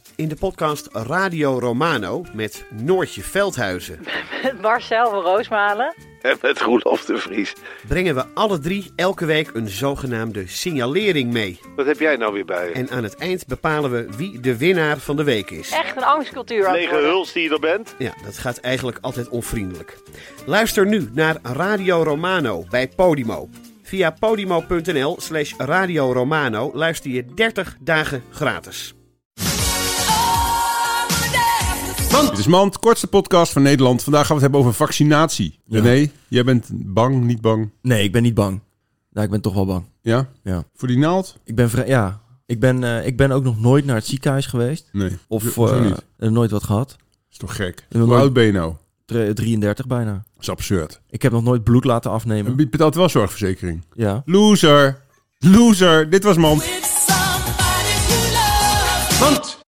In de podcast Radio Romano met Noortje Veldhuizen. Met Marcel van Roosmalen. En met Roelof de Vries. Brengen we alle drie elke week een zogenaamde signalering mee. Wat heb jij nou weer bij je? En aan het eind bepalen we wie de winnaar van de week is. Echt een angstcultuur aan het Lege worden. huls die je er bent? Ja, dat gaat eigenlijk altijd onvriendelijk. Luister nu naar Radio Romano bij Podimo. Via podimo.nl/Radio Romano luister je 30 dagen gratis. Dit is Mand, kortste podcast van Nederland. Vandaag gaan we het hebben over vaccinatie. Ja. René, jij bent bang, niet bang? Nee, ik ben niet bang. Nou, ik ben toch wel bang. Ja? Ja. Voor die naald? Ik ben ook nog nooit naar het ziekenhuis geweest. Nee. Of niet? nooit wat gehad. Dat is toch gek? En Hoe oud ben je nou? 33 bijna. Dat is absurd. Ik heb nog nooit bloed laten afnemen. En betaalt wel zorgverzekering? Ja. Loser! Loser! Dit was Mand. Want